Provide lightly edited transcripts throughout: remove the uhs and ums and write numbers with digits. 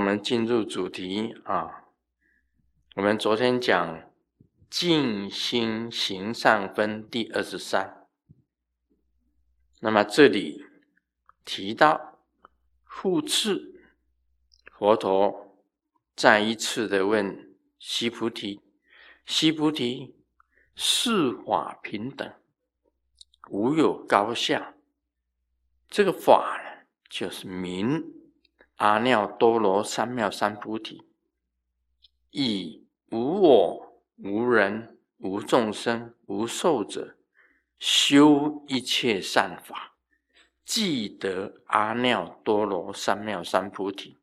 们进入主题啊。我们昨天讲静心行善分第23，那么这里提到复次，佛陀再一次的问须菩提：须菩提，是法平等，无有高下。这个法呢，就是名阿耨多罗三藐三菩提，以无我、无人、无众生、无寿者，修一切善法，即得阿耨多罗三藐三菩提。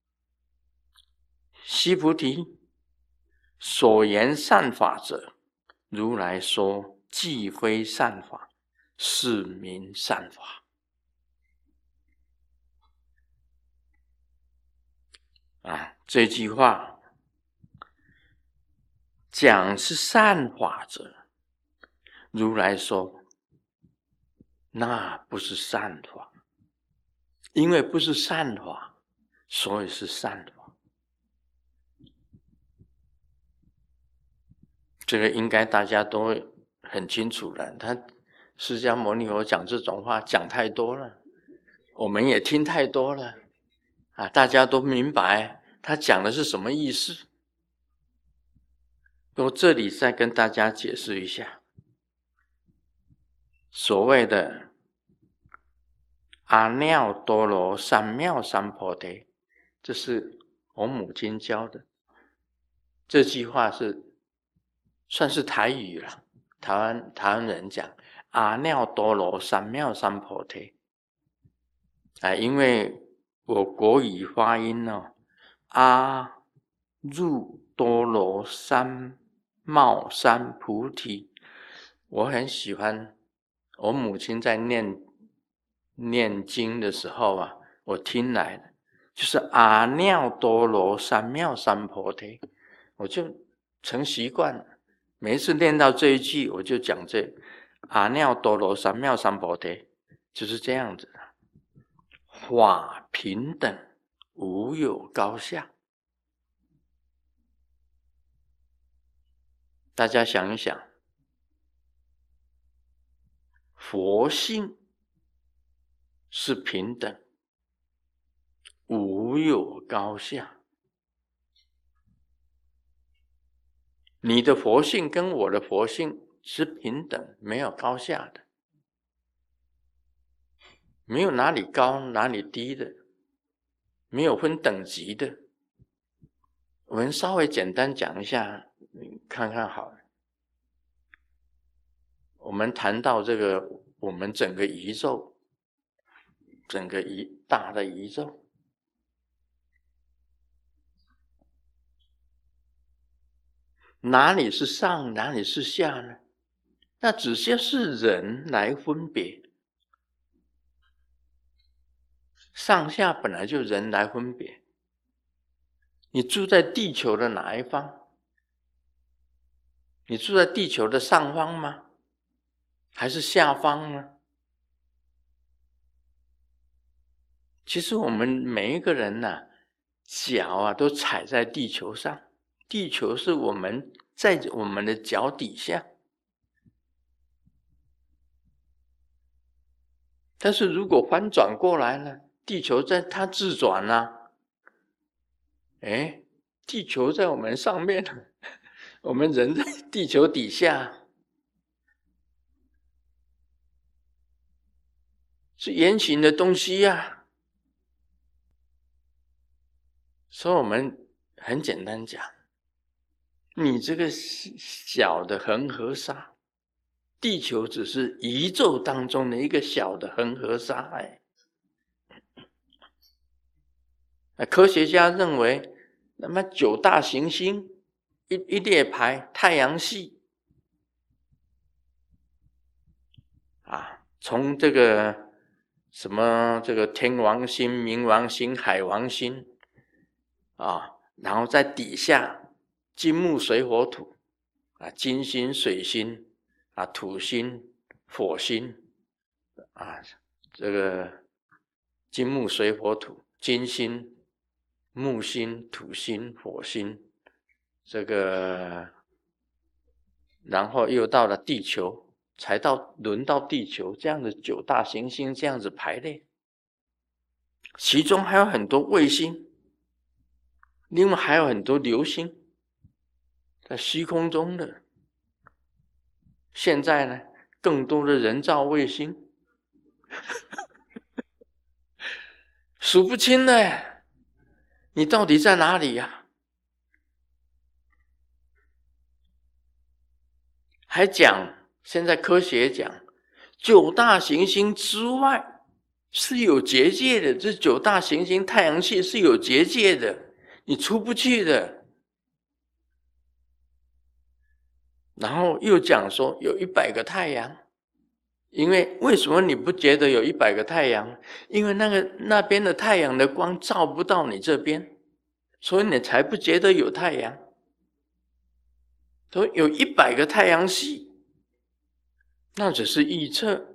须菩提，所言善法者，如来说既非善法，是名善法。这句话讲是善法者，如来说那不是善法，因为不是善法，所以是善法。这个应该大家都很清楚了。他释迦牟尼佛讲这种话讲太多了，我们也听太多了大家都明白他讲的是什么意思。我这里再跟大家解释一下，所谓的阿耨多罗三藐三菩提，这是我母亲教的。这句话算是台语了，台湾人讲阿耨多罗三藐三菩提因为我国语发音阿耨多罗三藐三菩提，我很喜欢我母亲在念经的时候我听来的就是阿耨多罗三藐三菩提，我就成习惯了，每一次念到这一句我就讲这阿耨多罗三藐三菩提，就是这样子的。法平等，无有高下。大家想一想，佛性是平等，无有高下。你的佛性跟我的佛性是平等，没有高下的，没有哪里高哪里低的，没有分等级的。我们稍微简单讲一下，看看好了。我们谈到这个，我们整个宇宙，整个大的宇宙，哪里是上，哪里是下呢？那只是人来分别，上下本来就人来分别。你住在地球的哪一方？你住在地球的上方吗？还是下方呢？其实我们每一个人脚都踩在地球上，地球是在我们的脚底下。但是如果翻转过来呢，地球在它自转地球在我们上面，我们人在地球底下，是圆形的东西所以我们很简单讲，你这个小的恒河沙，地球只是宇宙当中的一个小的恒河沙科学家认为，那么9大行星一列排，太阳系从这个什么这个天王星、冥王星、海王星然后在底下金木水火土金星、水星土星、火星这个金木水火土金星木星、土星、火星，这个然后又到了地球，才轮到地球，这样的9大行星这样子排列，其中还有很多卫星，另外还有很多流星在虚空中的。现在呢，更多的人造卫星数不清呢，你到底在哪里呀？还讲，现在科学讲，9大行星之外是有结界的，这9大行星太阳系是有结界的，你出不去的。然后又讲说有100个太阳，因为什么你不觉得有100个太阳？因为那边的太阳的光照不到你这边，所以你才不觉得有太阳。都有100个太阳系，那只是预测。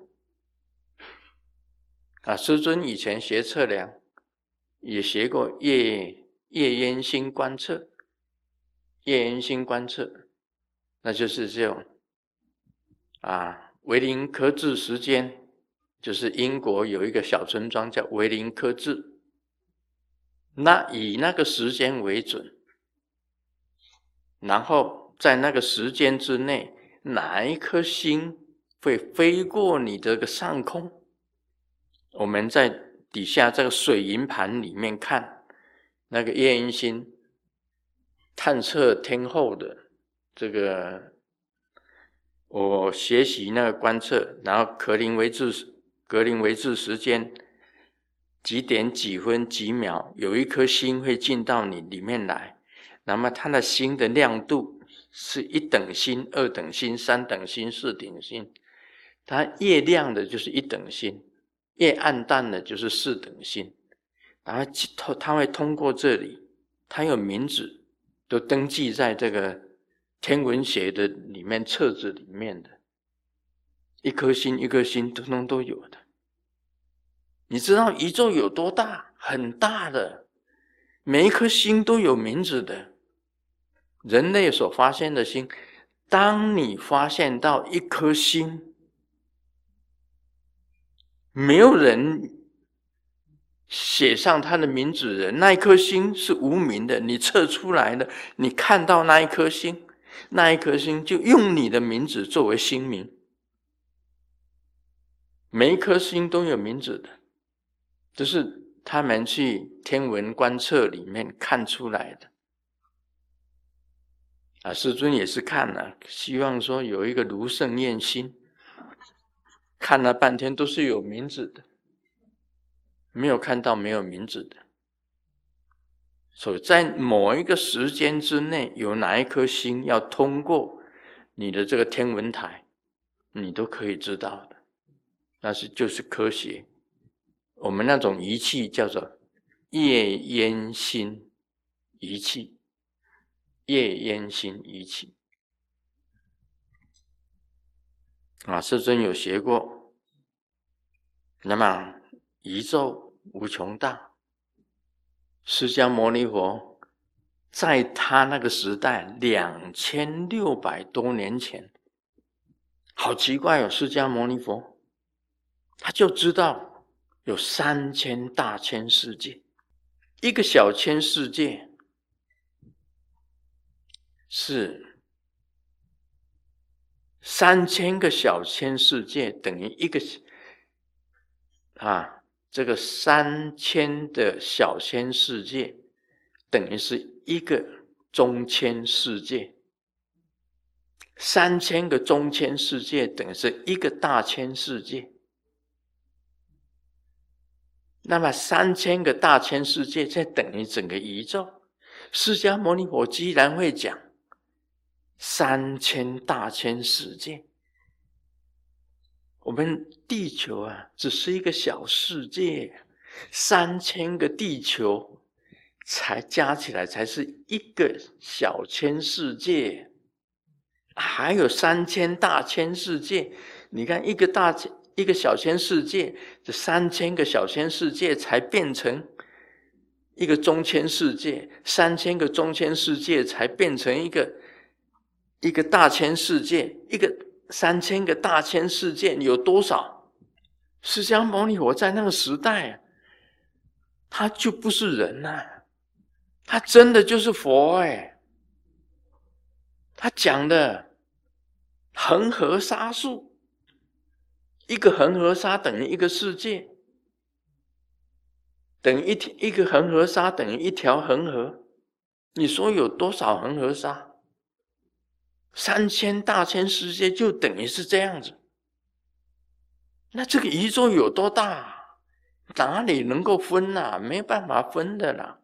师尊以前学测量，也学过夜烟星观测，夜烟星观测，那就是这种维林科治时间，就是英国有一个小村庄叫维林科治，那以那个时间为准，然后在那个时间之内，哪一颗星会飞过你这个上空？我们在底下这个水银盘里面看那个夜莺星探测天后的这个，我学习那个观测，然后格林威治时间几点几分几秒，有一颗星会进到你里面来，那么它的星的亮度是1等星、2等星、3等星、4等星，它越亮的就是1等星，越暗淡的就是4等星，然后它会通过这里，它有名字，都登记在这个天文学的里面册子里面的，一颗星一颗星通通都有的。你知道宇宙有多大？很大的，每一颗星都有名字的。人类所发现的星，当你发现到一颗星，没有人写上他的名字人，那一颗星是无名的，你测出来的，你看到那一颗星，那一颗星就用你的名字作为星名。每一颗星都有名字的，这是他们去天文观测里面看出来的。师尊也是看了，希望说有一个卢胜彦星，看了半天都是有名字的，没有看到没有名字的。所以在某一个时间之内，有哪一颗星要通过你的这个天文台，你都可以知道的。那就是科学。我们那种仪器叫做夜烟星仪器，夜烟星仪器。师尊有学过。那么宇宙无穷大，释迦牟尼佛在他那个时代2600多年前，好奇怪哦，释迦牟尼佛他就知道有3000大千世界，一个小千世界是3000个小千世界等于一个这个3000的小千世界等于是一个中千世界，3000个中千世界等于是一个大千世界。那么3000个大千世界再等于整个宇宙。释迦牟尼佛居然会讲3000大千世界，我们地球只是一个小世界，3000个地球才加起来才是一个小千世界，还有3000大千世界。你看一个小千世界，这3000个小千世界才变成一个中千世界，3000个中千世界才变成一个大千世界，一个3000个大千世界有多少？释迦牟尼佛在那个时代，他就不是人啊，他真的就是佛哎。他讲的恒河沙数，一个恒河沙等于一个世界，等于一个恒河沙等于一条恒河。你说有多少恒河沙？3000大千世界就等于是这样子。那这个宇宙有多大？哪里能够分啊？没办法分的啦。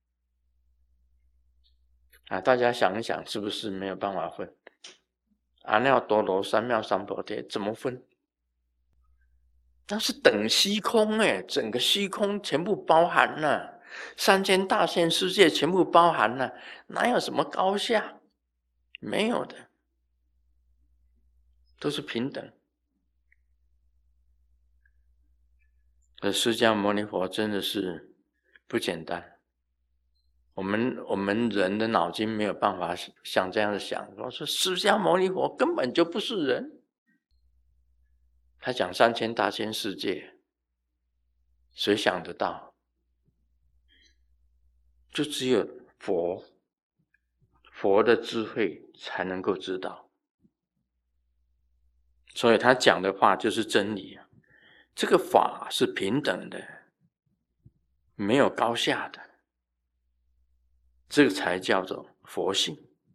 大家想一想，是不是没有办法分？阿耨多罗三藐三菩提怎么分？那是等虚空哎，整个虚空全部包含了，3000大千世界全部包含了，哪有什么高下？没有的，都是平等。释迦牟尼佛真的是不简单。我们人的脑筋没有办法像这样想，说释迦牟尼佛根本就不是人。他讲3000大千世界，谁想得到？就只有佛的智慧才能够知道。所以他讲的话就是真理。这个法是平等的，没有高下的，这个才叫做佛性。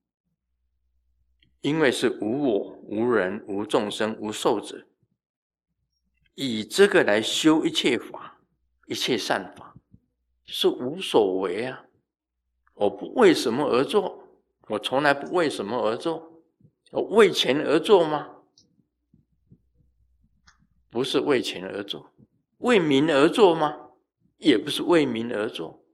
因为是无我、无人、无众生、无寿者，以这个来修一切法，一切善法，是无所为啊！我不为什么而做，我从来不为什么而做。我为钱而做吗？不是为钱而做。为民而做吗？也不是为民而做。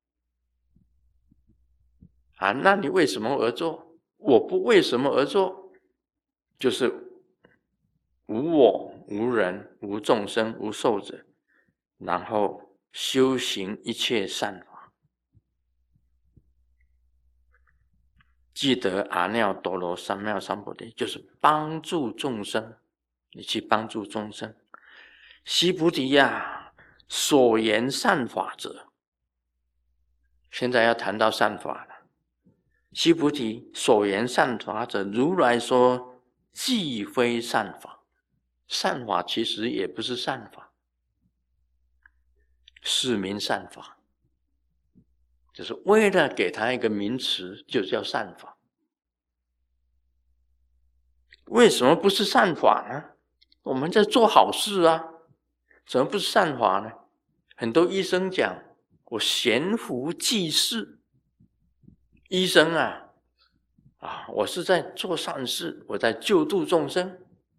那你为什么而做？我不为什么而做，就是无我、无人、无众生、无寿者，然后修行一切善法。记得阿耨多罗三藐三菩提，就是帮助众生，你去帮助众生。须菩提呀，所言善法者，现在要谈到善法了。须菩提，所言善法者，如来说既非善法。善法其实也不是善法，是名善法，就是为了给他一个名词，就叫善法。为什么不是善法呢？我们在做好事啊，怎么不是善法呢？很多医生讲，我悬壶济世。医生我是在做善事，我在救度众生，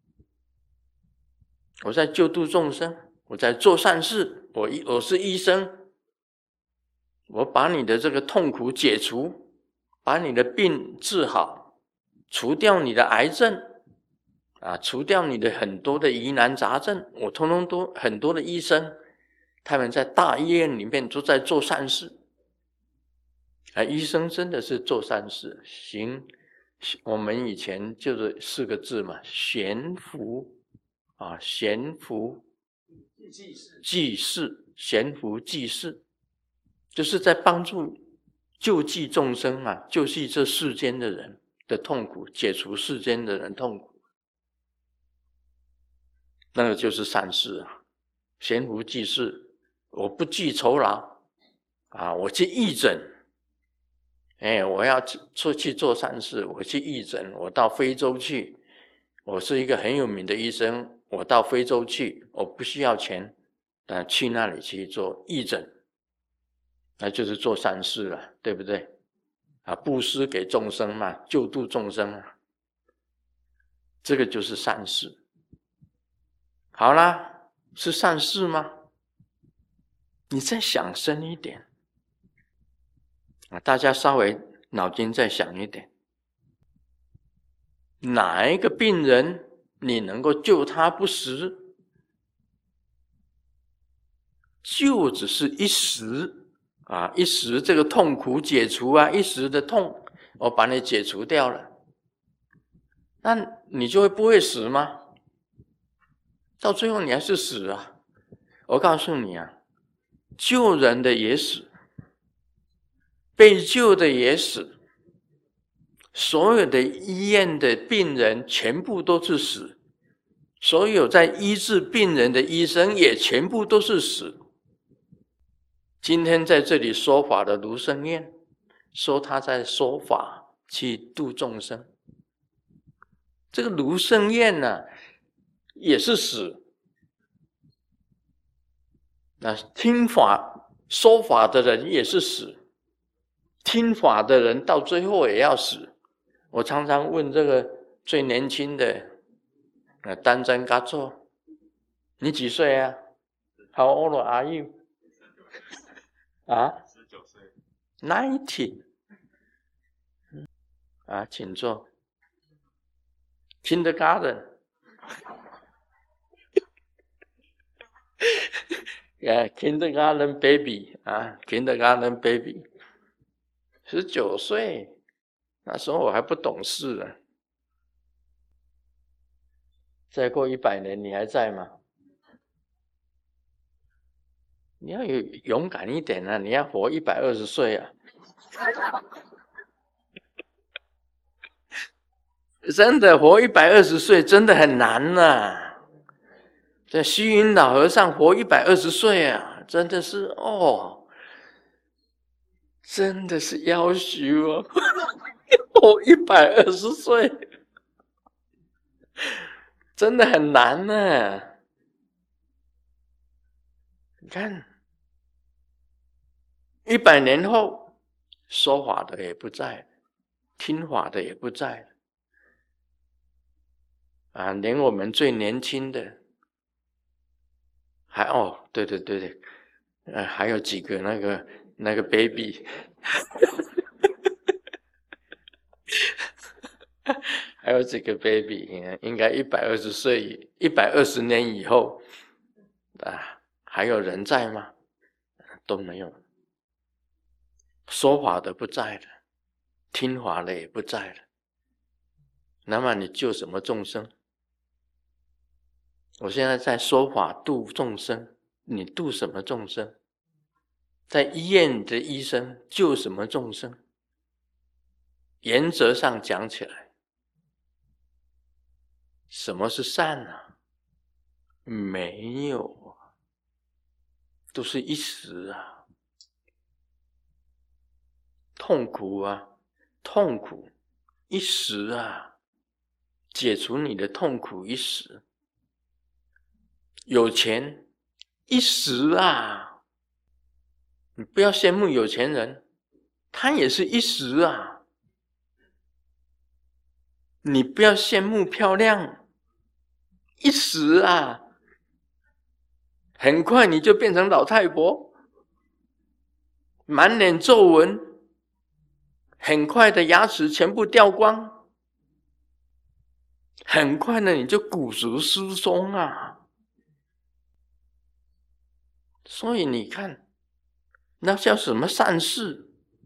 我在救度众生，我在做善事，我是医生，我把你的这个痛苦解除，把你的病治好，除掉你的癌症除掉你的很多的疑难杂症，我通通都很多的医生，他们在大医院里面都在做善事。医生真的是做善事，行，我们以前就是4个字嘛，悬壶悬壶济世，悬壶济世，就是在帮助救济众生救济这世间的人的痛苦，解除世间的人痛苦。那个就是善事悬壶济世，我不计酬劳我去义诊，我要出去做善事，我去义诊，我到非洲去，我是一个很有名的医生，我到非洲去，我不需要钱，去那里去做义诊，那就是做善事了，对不对？布施给众生嘛，救度众生这个就是善事。好啦，是善事吗？你再想深一点大家稍微脑筋再想一点，哪一个病人你能够救他不死？救只是一时， 一时这个痛苦解除啊，一时的痛我把你解除掉了，那你就不会死吗？到最后你还是死啊！我告诉你啊，救人的也死，被救的也死，所有的医院的病人全部都是死，所有在医治病人的医生也全部都是死。今天在这里说法的卢胜彦，说他在说法去度众生。这个卢胜彦呢，也是死。那听法说法的人也是死，听法的人到最后也要死。我常常问这个最年轻的丹真嘎措，你几岁啊 ？How old are you？ 19岁。 90。请坐。Kindergarten。Kindergarten baby Kindergarten baby， 19岁，那时候我还不懂事呢。再过100年，你还在吗？你要有勇敢一点啊！你要活120岁啊！真的活120岁真的很难呐。这虚云老和尚活120岁啊，真的是真的是夭寿啊！活120岁，真的很难呢。你看，100年后，说法的也不在，听法的也不在连我们最年轻的，对对对对，还有几个那个 baby， 还有几个 baby， 应该120岁，120年以后还有人在吗？都没有，说法的不在了，听法的也不在了，那么你救什么众生？我现在在说法度众生，你度什么众生？在医院的医生救什么众生？原则上讲起来，什么是善啊？没有啊，都是一时啊。痛苦啊，痛苦一时啊，解除你的痛苦一时。有钱一时啊，你不要羡慕有钱人，他也是一时啊。你不要羡慕漂亮，一时啊，很快你就变成老太婆，满脸皱纹，很快的牙齿全部掉光，很快的你就骨质疏松啊。所以你看，那叫什么善事？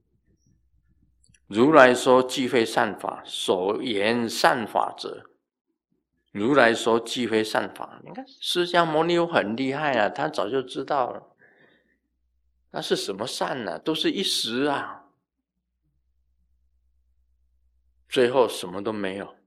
如来说既非善法，所言善法者，如来说既非善法。你看释迦牟尼很厉害啊，他早就知道了，那是什么善呢？都是一时啊，最后什么都没有，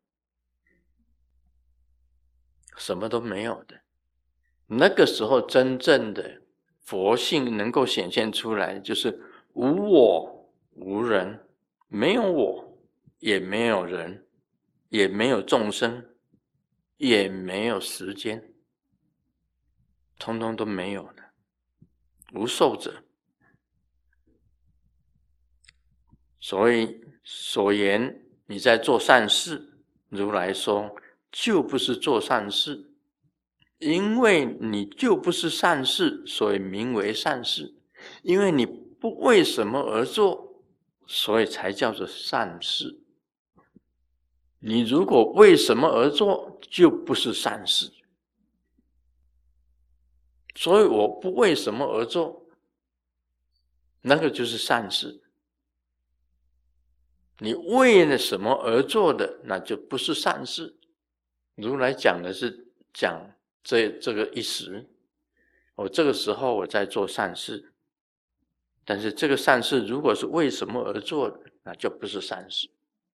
什么都没有的。那个时候真正的佛性能够显现出来，就是无我无人，没有我，也没有人，也没有众生，也没有时间，通通都没有了，无受者。所以所言你在做善事，如来说就不是做善事，因为你就不是善事，所以名为善事。因为你不为什么而做，所以才叫做善事。你如果为什么而做，就不是善事。所以我不为什么而做， 那个就是善事。你为了什么而做的，那就不是善事。如来讲的是讲这个一时，这个时候我在做善事，但是这个善事如果是为什么而做的，那就不是善事。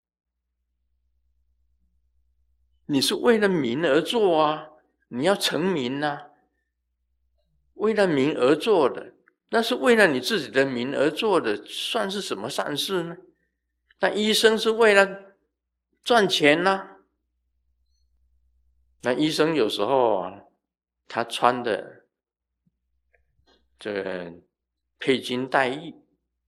你是为了名而做啊，你要成名啊，为了名而做的，那是为了你自己的名而做的，算是什么善事呢？那医生是为了赚钱啊，那医生有时候啊，他穿的这个佩金戴玉，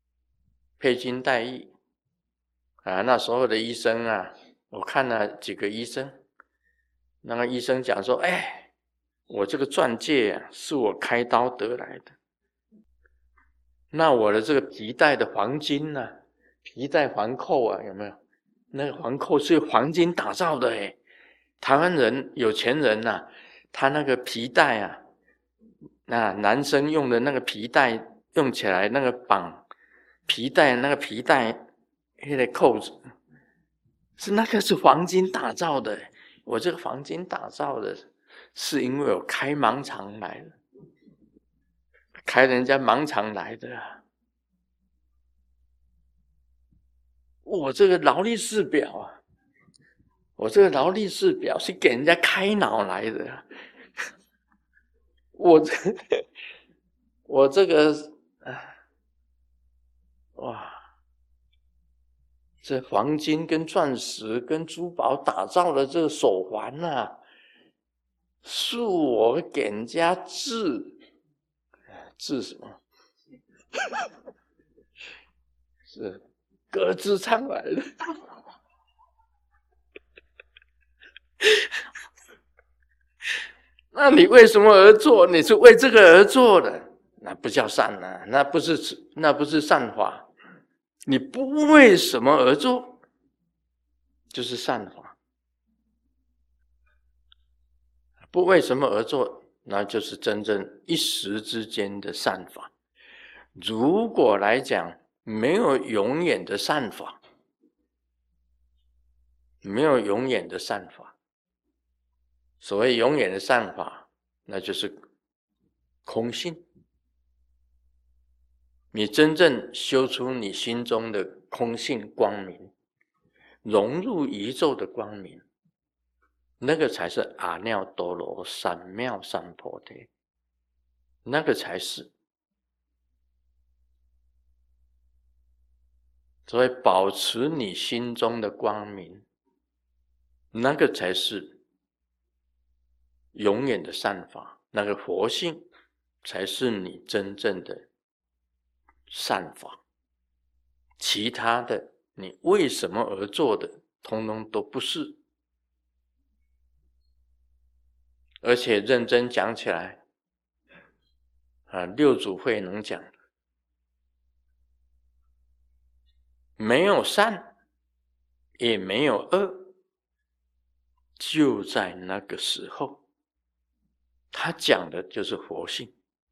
啊，那时候的医生啊，我看了几个医生，那个医生讲说，哎，我这个钻戒啊，是我开刀得来的。那我的这个皮带的黄金啊，皮带环扣啊，有没有？那个环扣是黄金打造的诶。台湾人有钱人啊，他那个皮带啊，那男生用的那个皮带用起来那个绑皮带那个皮带那个扣子，是那个是黄金打造的。我这个黄金打造的，是因为我开盲肠来的，开人家盲肠来的啊。我这个劳力士表啊，我这个劳力士表是给人家开脑来的啊。我这我这个哇，这黄金跟钻石跟珠宝打造的这个手环啊，是我给人家治什么？是割痔疮来的。那你为什么而做？你是为这个而做的，那不叫善啊，那不是善法。你不为什么而做，就是善法；不为什么而做，那就是真正一时之间的善法。如果来讲，没有永远的善法，没有永远的善法。所谓永远的善法，那就是空性。你真正修出你心中的空性光明，融入宇宙的光明，那个才是阿耨多罗三藐三菩提，那个才是。所以保持你心中的光明，那个才是永远的善法，那个佛性才是你真正的善法。其他的你为什么而做的，通通都不是。而且认真讲起来六祖慧能讲的，没有善也没有恶，就在那个时候，他讲的就是佛性。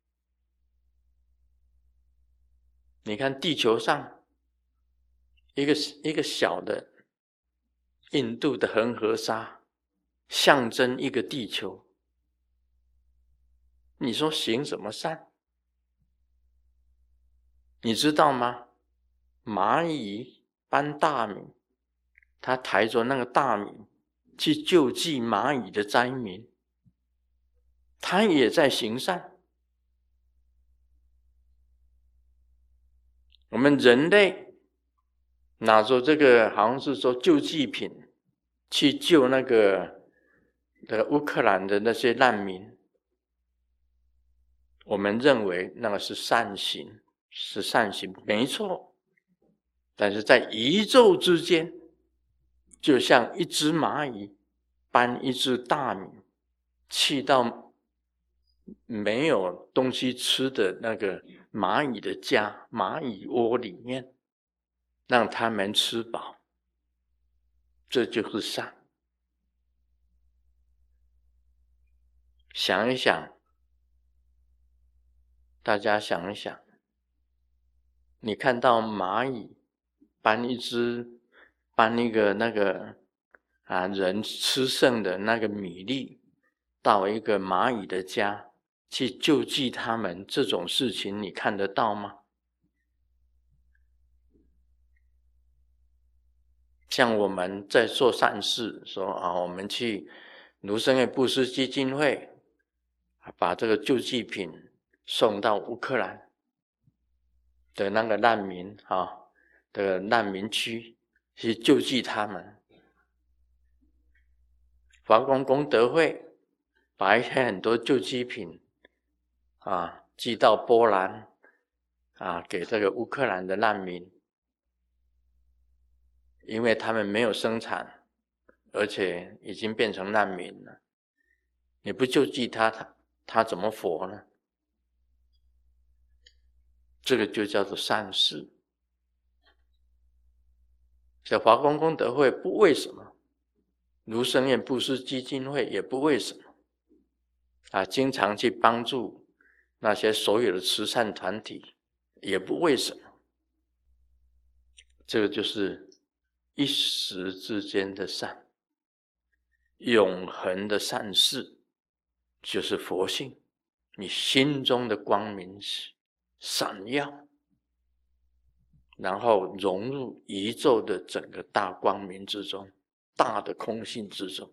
你看地球上一个小的印度的恒河沙，象征一个地球，你说行什么善？你知道吗？蚂蚁搬大米，他抬着那个大米去救济蚂蚁的灾民，他也在行善。我们人类拿着这个好像是说救济品去救那个乌克兰的那些难民，我们认为那个是善行，是善行，没错。但是在宇宙之间，就像一只蚂蚁搬一只大米去到没有东西吃的那个蚂蚁的家、蚂蚁窝里面，让他们吃饱，这就是善。想一想，大家想一想， 你看到蚂蚁搬一个人吃剩的那个米粒到一个蚂蚁的家去救济他们，这种事情你看得到吗？像我们在做善事，说我们去卢森堡布施基金会，把这个救济品送到乌克兰的那个难民的难民区去救济他们。华光功德会把一些很多救济品寄到波兰给这个乌克兰的难民，因为他们没有生产，而且已经变成难民了。你不救济他怎么活呢？这个就叫做善事。小华光功德会不为什么，卢森院布施基金会也不为什么经常去帮助那些所有的慈善团体，也不为什么。这个就是一时之间的善，永恒的善事就是佛性，你心中的光明闪耀，然后融入宇宙的整个大光明之中，大的空性之中，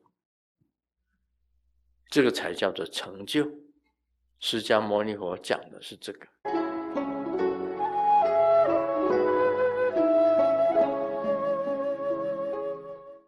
这个才叫做成就。释迦牟尼佛讲的是这个。